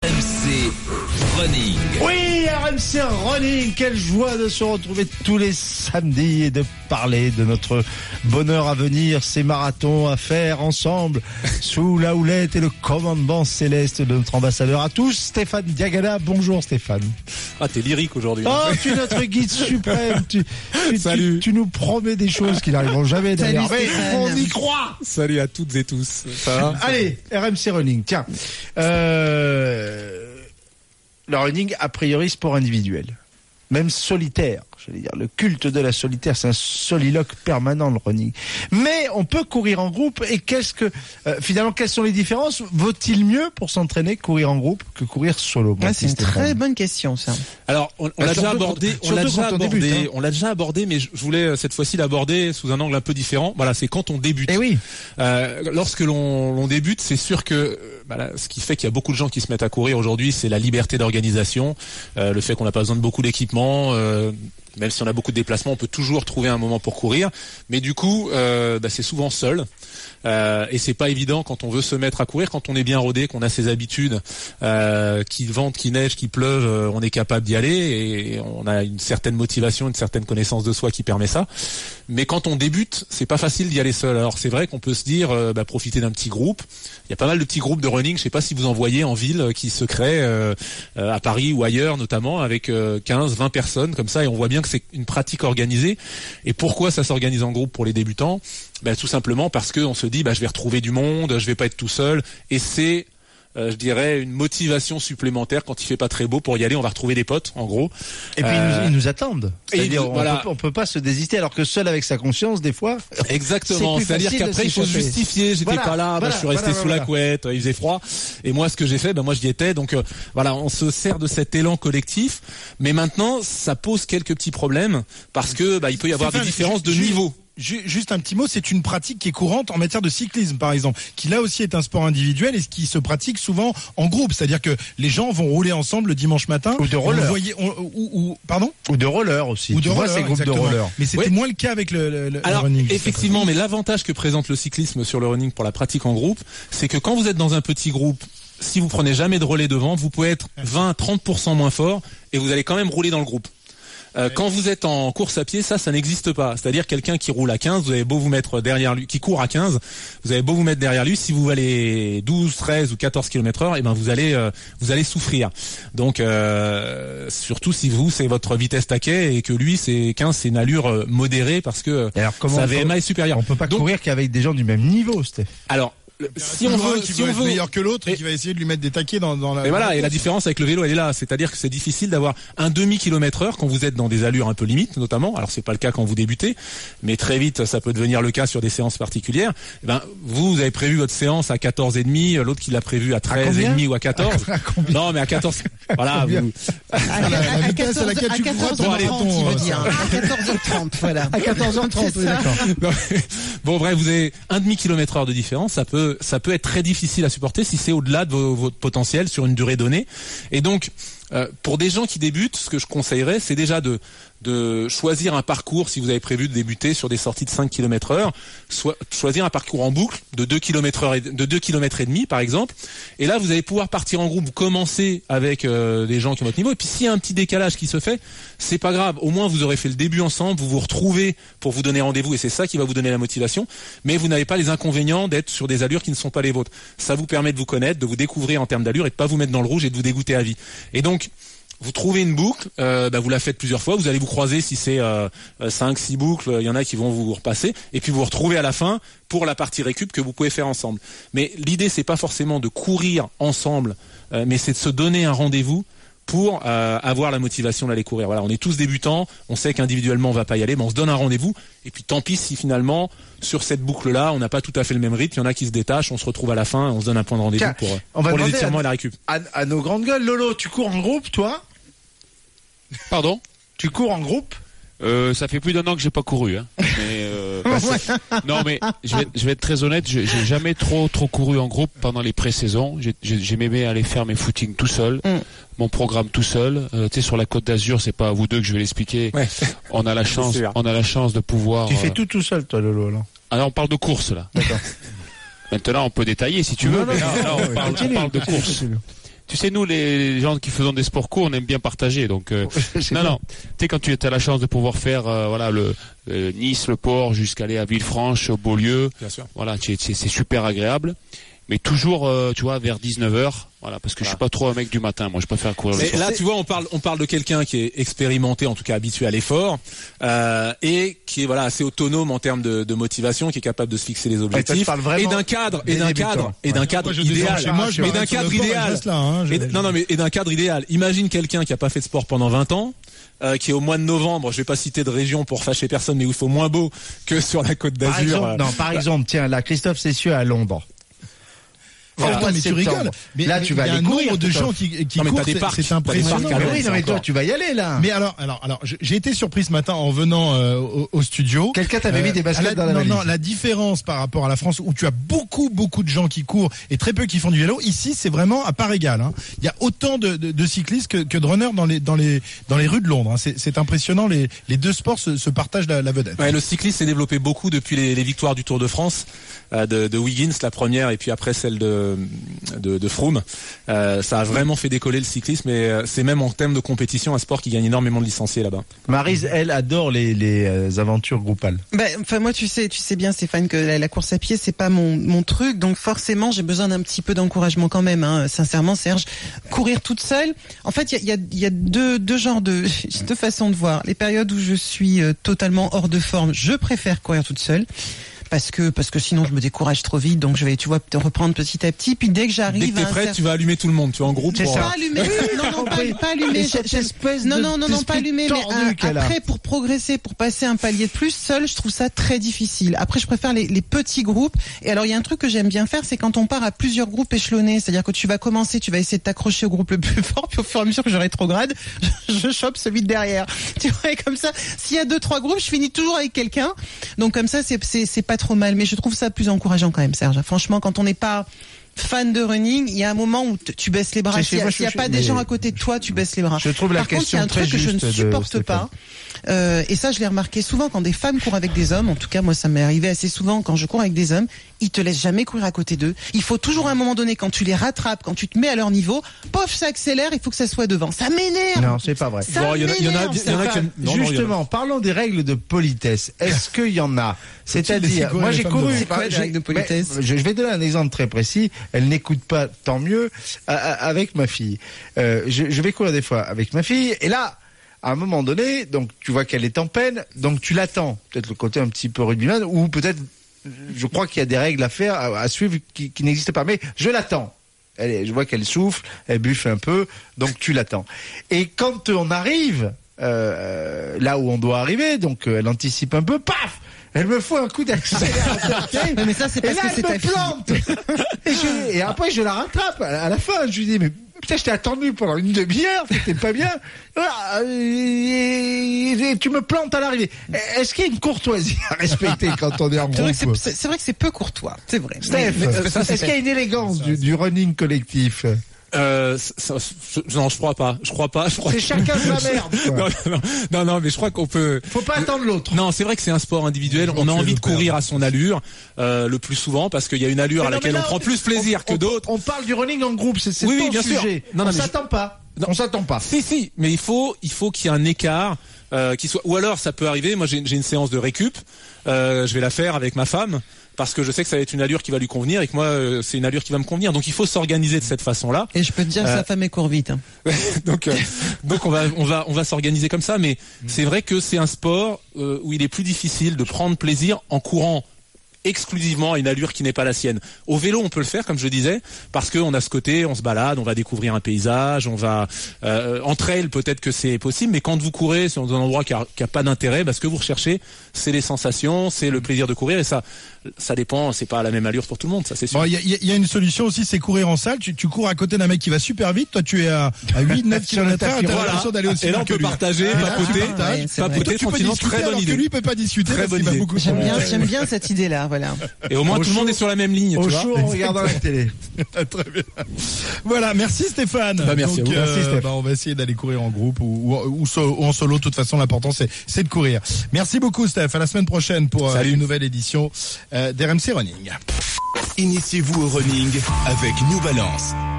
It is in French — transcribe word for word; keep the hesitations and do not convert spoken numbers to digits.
R M C Running. Oui, R M C Running, quelle joie de se retrouver tous les samedis et de parler de notre bonheur à venir, ces marathons à faire ensemble, sous la houlette et le commandement céleste de notre ambassadeur à tous, Stéphane Diagana. Bonjour Stéphane. Ah, t'es lyrique aujourd'hui. Oh, tu es notre guide suprême, tu, tu, Salut. Tu, tu nous promets des choses qui n'arriveront jamais d'ailleurs. Mais on y croit. Salut à toutes et tous. Ça va ? Allez, R M C Running, tiens. Euh... Le running, a priori, sport individuel. Même solitaire, j'allais dire. Le culte de la solitaire, c'est un soliloque permanent, le running. Mais on peut courir en groupe. Et qu'est-ce que, euh, finalement, quelles sont les différences ? Vaut-il mieux pour s'entraîner courir en groupe que courir solo ? Ouais, c'est une très bonne question, ça. Alors, on, on Bah, l'a surtout déjà abordé, quand- on l'a surtout déjà quand on abordé, débute, hein. on l'a déjà abordé, mais je je voulais euh, cette fois-ci l'aborder sous un angle un peu différent. Voilà, c'est quand on débute. Eh oui. Euh, lorsque l'on, l'on débute, c'est sûr que euh, bah là, ce qui fait qu'il y a beaucoup de gens qui se mettent à courir aujourd'hui, c'est la liberté d'organisation, euh, le fait qu'on n'a pas besoin de beaucoup d'équipement. Euh, même si on a beaucoup de déplacements, on peut toujours trouver un moment pour courir. Mais du coup, euh, bah, c'est souvent seul. Euh, et c'est pas évident quand on veut se mettre à courir, quand on est bien rodé, qu'on a ses habitudes, euh, qu'il vente, qu'il neige, qu'il pleuve, euh, on est capable d'y aller et on a une certaine motivation, une certaine connaissance de soi qui permet ça. Mais quand on débute, c'est pas facile d'y aller seul. Alors c'est vrai qu'on peut se dire, euh, bah, profiter d'un petit groupe. Il y a pas mal de petits groupes de running. Je sais pas si vous en voyez en ville euh, qui se créent euh, euh, à Paris ou ailleurs, notamment avec euh, quinze, vingt personnes comme ça, et on voit bien que c'est une pratique organisée. Et pourquoi ça s'organise en groupe pour les débutants ? Ben, tout simplement parce que on se dit, bah, je vais retrouver du monde, je vais pas être tout seul, et c'est, euh, je dirais, une motivation supplémentaire quand il fait pas très beau pour y aller. On va retrouver des potes, en gros. Et puis, Euh, ils, nous, ils nous attendent. et C'est-à-dire, ils- on, voilà. peut, on peut pas se désister, alors que seul avec sa conscience, des fois. Exactement. C'est plus C'est-à-dire facile de qu'après, il faut se s'échapper. justifier. J'étais Voilà, pas là, bah, voilà, je suis resté voilà, sous voilà. la couette, il faisait froid. Et moi, ce que j'ai fait, ben, moi, j'y étais. Donc, euh, voilà, on se sert de cet élan collectif. Mais maintenant, ça pose quelques petits problèmes parce que, bah, il peut y avoir Stéphane, des différences de ju- niveau. Ju- Juste un petit mot, c'est une pratique qui est courante en matière de cyclisme, par exemple, qui là aussi est un sport individuel et ce qui se pratique souvent en groupe. C'est-à-dire que les gens vont rouler ensemble le dimanche matin. Ou de Et roller. vous voyez, on- ou, ou- pardon Ou de roller aussi. Ou de Tu vois, roller, ces groupes exactement. de roller. Mais c'était Oui. moins le cas avec le, le, le Alors, running. effectivement, mais l'avantage que présente le cyclisme sur le running pour la pratique en groupe, c'est que quand vous êtes dans un petit groupe, si vous prenez jamais de relais devant, vous pouvez être vingt à trente pour cent moins fort et vous allez quand même rouler dans le groupe. Euh, quand vous êtes en course à pied, ça, ça n'existe pas. C'est-à-dire quelqu'un qui roule à quinze, vous avez beau vous mettre derrière lui, qui court à quinze, vous avez beau vous mettre derrière lui, si vous allez douze, treize ou quatorze kilomètres heure, et ben vous allez euh, vous allez souffrir. Donc euh, surtout si vous c'est votre vitesse taquet et que lui c'est quinze, c'est une allure euh, modérée parce que Et alors, comment sa on V M A peut- est supérieure. On peut pas Donc, courir qu'avec des gens du même niveau, Steph. alors le- si on veut, qui si veut on être veut, meilleur que l'autre et et- qui va essayer de lui mettre des taquets dans, dans la. et voilà, dans et la course. différence avec le vélo, elle est là. C'est-à-dire que c'est difficile d'avoir un demi-kilomètre heure quand vous êtes dans des allures un peu limites, notamment. Alors, c'est pas le cas quand vous débutez, mais très vite, ça peut devenir le cas sur des séances particulières. Eh ben, vous, vous avez prévu votre séance à quatorze et demi, l'autre qui l'a prévu à treize et combien demi ou à quatorze. À combien Non, mais à quatorze. Voilà, combien vous, À, la- la à vitesse à laquelle tu cours, quatorze bon, heures allez, trente, ton, il veut euh, dire. À quatorze heures trente, voilà. À quatorze heures trente, C'est oui, ça. d'accord. Non, mais- bon, bref, vous avez un demi-kilomètre heure de différence. Ça peut, ça peut être très difficile à supporter si c'est au-delà de vos- votre potentiel sur une durée donnée. Et donc, euh, pour des gens qui débutent, ce que je conseillerais, c'est déjà de, de choisir un parcours, si vous avez prévu de débuter sur des sorties de cinq kilomètres heure, soit choisir un parcours en boucle de deux kilomètres heure et, de deux kilomètres et demi, par exemple. Et là, vous allez pouvoir partir en groupe, vous commencez avec euh, des gens qui ont votre niveau. Et puis, s'il y a un petit décalage qui se fait, c'est pas grave. Au moins, vous aurez fait le début ensemble, vous vous retrouvez pour vous donner rendez-vous et c'est ça qui va vous donner la motivation. Mais vous n'avez pas les inconvénients d'être sur des allures qui ne sont pas les vôtres. Ça vous permet de vous connaître, de vous découvrir en termes d'allure et de pas vous mettre dans le rouge et de vous dégoûter à vie. Et donc, vous trouvez une boucle, euh, bah vous la faites plusieurs fois, vous allez vous croiser si c'est euh, cinq, six boucles, il y en a qui vont vous repasser, et puis vous vous retrouvez à la fin pour la partie récup que vous pouvez faire ensemble. Mais l'idée, c'est pas forcément de courir ensemble, euh, mais c'est de se donner un rendez-vous pour euh, avoir la motivation d'aller courir. Voilà, on est tous débutants, on sait qu'individuellement on va pas y aller, mais on se donne un rendez-vous, et puis tant pis si finalement, sur cette boucle-là, on n'a pas tout à fait le même rythme, il y en a qui se détachent, on se retrouve à la fin, on se donne un point de rendez-vous Tiens, pour, on va pour les demander étirements à- et la récup. À, à nos grandes gueules, Lolo, tu cours en groupe, toi ? Pardon Tu cours en groupe ? euh, Ça fait plus d'un an que j'ai pas couru. Hein. Mais, euh, bah, c'est- non, mais je vais, je vais être très honnête. je- J'ai jamais trop trop couru en groupe pendant les pré-saisons. J'ai- j'ai- J'aimais aller faire mes footings tout seul, Mm. mon programme tout seul. Euh, tu sais, sur la Côte d'Azur, c'est pas à vous deux que je vais l'expliquer. Ouais. On a la chance, sûr. on a la chance de pouvoir. Tu fais euh, tout tout seul, toi, Lolo, là. Ah, on parle de course là. D'accord. Maintenant, on peut détailler si tu veux. Non, mais non, là, non, là, non, on, parle, on continue, parle de continue, course. continue. tu sais, nous, les gens qui faisons des sports courts, on aime bien partager. Donc, euh, non, non. Tu sais, quand tu as la chance de pouvoir faire, euh, voilà, le euh, Nice, le port, jusqu'aller à Villefranche, au Beaulieu. Bien sûr. Voilà, c'est, c'est super agréable. Mais toujours, euh, tu vois, vers dix-neuf heures. Voilà, parce que voilà. Je suis pas trop un mec du matin. Moi, je préfère courir le Mais soir. là, tu vois, on parle, on parle de quelqu'un qui est expérimenté, en tout cas habitué à l'effort, euh, et qui est voilà assez autonome en termes de, de motivation, qui est capable de se fixer les objectifs, et d'un cadre, et d'un cadre, et d'un cadre moi, idéal, moi, je et d'un cadre idéal. Là, hein, je, et, non, non, mais et d'un cadre idéal. Imagine quelqu'un qui a pas fait de sport pendant vingt ans. Euh, qui est au mois de novembre, je vais pas citer de région pour fâcher personne, mais où il faut moins beau que sur la Côte d'Azur. Par exemple, euh, non, par exemple, tiens, là, Christophe Cessieux à Londres. Voilà. Attends, mais tu rigoles. Mais là, mais tu vas il y a aller un courir, nombre de gens qui, qui non, mais courent, t'as des c'est, parcs, c'est impressionnant. t'as des parcs oui, non, mais toi, tu vas y aller, là. Mais alors, alors, alors, j'ai été surpris ce matin en venant euh, au, au studio. Quelqu'un t'avait mis des baskets la, dans la non, valise. Non, la différence par rapport à la France, où tu as beaucoup, beaucoup de gens qui courent et très peu qui font du vélo. Ici, c'est vraiment à part égale. Hein. Il y a autant de, de, de cyclistes que, que de runners dans les, dans les, dans les rues de Londres. Hein. C'est, c'est impressionnant. Les, les deux sports se, se partagent la, la vedette. Ouais, le cyclisme s'est développé beaucoup depuis les, les victoires du Tour de France, euh, de, de Wiggins, la première, et puis après celle de, de, de Froome. Euh, ça a vraiment fait décoller le cyclisme, et euh, c'est même en termes de compétition un sport qui gagne énormément de licenciés là-bas. Maryse, elle adore les, les euh, aventures groupales. Ben, enfin, moi, tu sais, tu sais bien, Stéphane, que la, la course à pied, c'est pas mon, mon truc, donc forcément, j'ai besoin d'un petit peu d'encouragement quand même, hein. Sincèrement, Serge, courir toute seule. En fait, il y a, y a, y a deux, deux genres de, deux façons de voir. Les périodes où je suis euh, totalement hors de forme, je préfère courir toute seule. Parce que parce que sinon je me décourage trop vite, donc je vais tu vois te reprendre petit à petit, puis dès que j'arrive dès que t'es prête, tu vas allumer tout le monde, tu vas en groupe. C'est pour... ça. Pas allumer, non non pas, pas allumer, cette espèce non de- non non non pas d'esprit allumer, tordu mais qu'elle euh, a. après pour progresser, pour passer un palier de plus, seul je trouve ça très difficile. Après je préfère les, les petits groupes. Et alors il y a un truc que j'aime bien faire, c'est quand on part à plusieurs groupes échelonnés, c'est-à-dire que tu vas commencer, tu vas essayer de t'accrocher au groupe le plus fort, puis au fur et à mesure que je rétrograde, je, je chope celui de derrière. Tu vois, et comme ça, s'il y a deux trois groupes, je finis toujours avec quelqu'un. Donc comme ça c'est c'est c'est pas trop mal, mais je trouve ça plus encourageant quand même, Serge. Franchement, quand on n'est pas fan de running, il y a un moment où t- tu baisses les bras. Si, si, S'il n'y a, moi, s'il y a je- pas je- des mais- gens à côté de toi, tu baisses les bras. Je trouve la Par contre, il y a un question truc très que je ne juste de supporte Stéphane. pas. Euh, et ça, je l'ai remarqué souvent quand des femmes courent avec des hommes. En tout cas, moi, ça m'est arrivé assez souvent quand je cours avec des hommes. Ils te laissent jamais courir à côté d'eux. Il faut toujours à un moment donné, quand tu les rattrapes, quand tu te mets à leur niveau, pof, ça accélère. Il faut que ça soit devant. Ça m'énerve. Non, c'est pas vrai. Ça Bon, il y en a- il y en a- m'énerve, il y en a ça. qui aiment- non, non, il y en a- Justement, parlons des règles de politesse. Est-ce qu'il y en a? laisser C'est-à-dire, courir moi les j'ai femmes couru. devant. C'est quoi, les j'ai- règles de politesse mais, je je vais donner un exemple très précis. Elle n'écoute pas, tant mieux, à- à- avec ma fille. Euh, je, je vais courir des fois avec ma fille, et là, à un moment donné, donc tu vois qu'elle est en peine, donc tu l'attends. Peut-être le côté un petit peu rugbyman, ou peut-être, je crois qu'il y a des règles à faire, à, à suivre qui, qui n'existent pas. Mais je l'attends. Elle est- je vois qu'elle souffle, elle buffe un peu, donc tu l'attends. Et quand on arrive euh, là où on doit arriver, donc euh, elle anticipe un peu, paf, elle me fout un coup d'accélérateur. Ouais, mais ça, c'est Et parce là, que elle c'est ta me fille. plante. Et, je- et après, je la rattrape. À la, à la fin, je lui dis, mais putain, je t'ai attendu pendant une demi-heure, c'était pas bien. Voilà, et- et tu me plantes à l'arrivée. Est-ce qu'il y a une courtoisie à respecter quand on est en C'est vrai, groupe? que c'est, c'est- c'est vrai que c'est peu courtois, c'est vrai. Steph, Mais- mais ça, c'est est-ce qu'il y a une élégance du, du running collectif? Euh, ça- ça- je- non, je crois pas. Je crois pas. Je crois C'est que- chacun sa merde, quoi. Non, non, non, non, mais je crois qu'on peut. Faut pas attendre l'autre. Non, c'est vrai que c'est un sport individuel. On a envie de courir à son allure euh, le plus souvent parce qu'il y a une allure Mais à non, laquelle mais on là, prend plus plaisir on- que on- d'autres. On parle du running en groupe, c'est c'est Oui, oui, ton bien sûr. sujet. Non, non, on mais je- s'attend pas. Non. On s'attend pas. Si, si, mais il faut, il faut qu'il y ait un écart euh, qui soit. Ou alors, ça peut arriver. Moi, j'ai j'ai une séance de récup. Euh, je vais la faire avec ma femme parce que je sais que ça va être une allure qui va lui convenir et que moi, euh, c'est une allure qui va me convenir. Donc, il faut s'organiser de cette façon-là. Et je peux te dire, Euh, sa femme est court vite. Hein. donc, euh, donc on va, on va, on va s'organiser comme ça. Mais c'est vrai que c'est un sport euh, où il est plus difficile de prendre plaisir en courant exclusivement à une allure qui n'est pas la sienne. Au vélo, on peut le faire, comme je disais, parce qu'on a ce côté, on se balade, on va découvrir un paysage, on va euh, en trail, peut-être que c'est possible, mais quand vous courez sur un endroit qui a, qui a pas d'intérêt, bah, ce que vous recherchez, c'est les sensations, c'est le plaisir de courir, et ça, ça dépend. C'est pas à la même allure pour tout le monde, ça c'est sûr. Bon, il y, a- il y a une solution aussi, c'est courir en salle. Tu, tu cours à côté d'un mec qui va super vite. Toi, tu es à, à huit, neuf Sur le kilomètres heure. tapis, T'as voilà. l'impression d'aller aussi Et là, vite on que peut lui. partager, Ah, papoter, tu partages. Ouais, c'est vrai. papoter Toi, tu peux tranquillement, discuter très bonne alors que idée. lui peut pas discuter Très parce bonne qu'il va idée. beaucoup J'aime trop bien, vite. j'aime bien cette idée-là, voilà. Et au moins, Au tout le monde chaud. est sur la même ligne, Au tu vois. chaud, en regardant la télé. Très bien. Voilà, merci Stéphane. Bah, merci Donc, à vous. euh, Merci, Steph. bah, on va essayer d'aller courir en groupe ou, ou, ou, so- ou en solo. De toute façon, l'important c'est, c'est de courir. Merci beaucoup Steph. À la semaine prochaine pour euh, Salut. une nouvelle édition euh, d'R M C Running. Initiez-vous au running avec New Balance.